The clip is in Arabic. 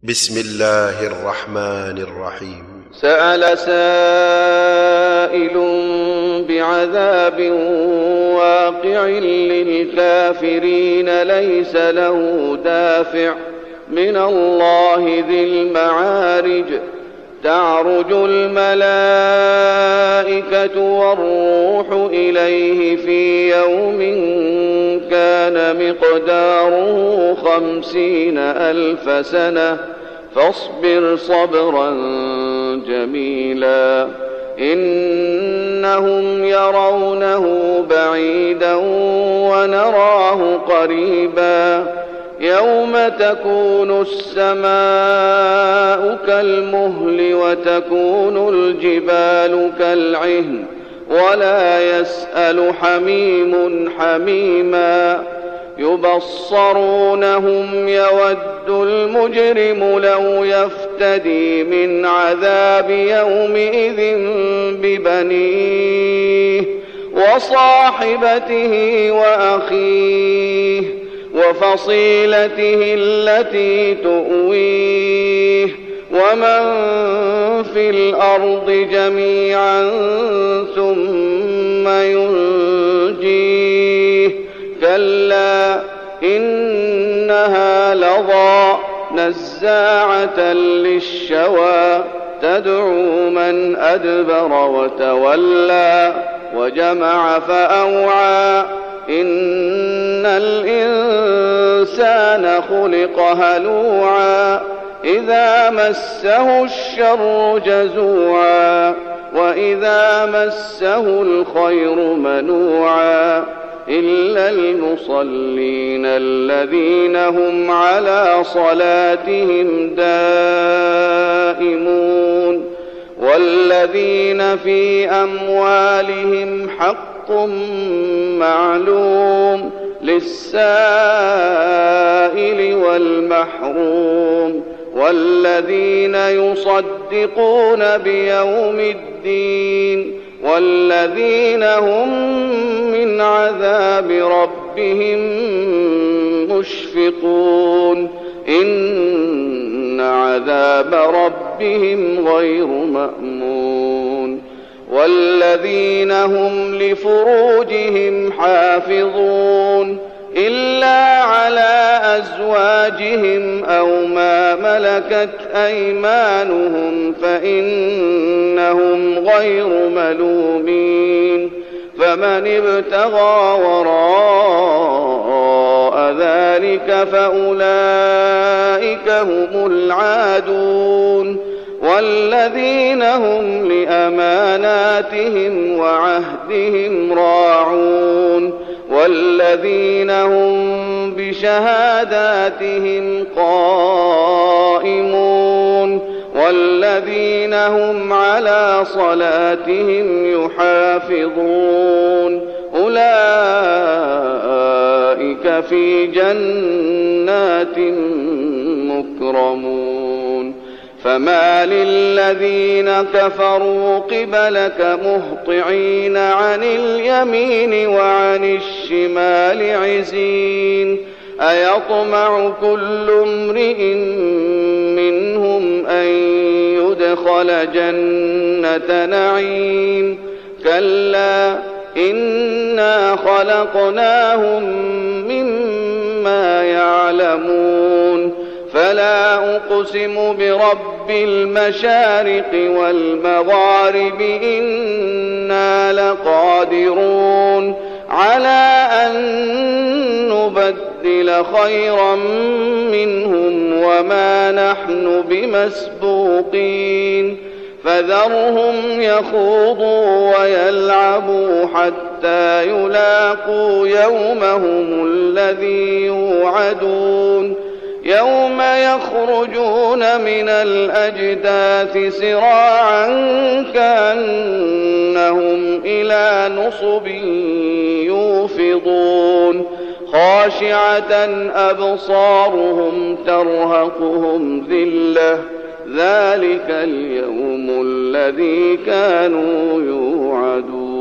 بسم الله الرحمن الرحيم. سأل سائل بعذاب واقع للكافرين ليس له دافع من الله ذي المعارج تعرج الملائكة والروح إليه في يوم كان مقداره 50,000 سنة فاصبر صبرا جميلا إنهم يرونه بعيدا ونراه قريبا يوم تكون السماء كالمهل وتكون الجبال كالعهن ولا يسأل حميم حميما يبصرونهم يود المجرم لو يفتدي من عذاب يومئذ ببنيه وصاحبته وأخيه وفصيلته التي تؤويه ومن في الأرض جميعا ثم ينجيه كلا إنها لظى نزاعة للشوى تدعو من أدبر وتولى وجمع فأوعى إن الإنسان خلق هلوعا إذا مسه الشر جزوعا وإذا مسه الخير منوعا إلا المصلين الذين هم على صلاتهم دائمون والذين في أموالهم حق معلوم للسائل والمحروم والذين يصدقون بيوم الدين والذين هم من عذاب ربهم مشفقون إن عذاب ربهم غير مأمون والذين هم لفروجهم حافظون إلا على أزواجهم أو ما ملكت أيمانهم فإنهم غير ملومين فمن ابتغى وراء ذلك فأولئك هم العادون والذين هم لأماناتهم وعهدهم راعون والذين هم بشهاداتهم قائمون والذين هم على صلاتهم يحافظون أولئك في جنات مكرمون فما للذين كفروا قبلك مهطعين عن اليمين وعن الشمال عزين أيطمع كل امرئ منهم أن يدخل جنة نعيم كلا إنا خلقناهم مما يعلمون فلا أقسم برب المشارق والمغارب إنا لقادرون على أن نبدل خيرا منهم وما نحن بمسبوقين فذرهم يخوضوا ويلعبوا حتى يلاقوا يومهم الذي يوعدون يوم يخرجون من الأجداث سراعا كأنهم إلى نصب يوفضون خاشعة أبصارهم ترهقهم ذلة ذلك اليوم الذي كانوا يوعدون.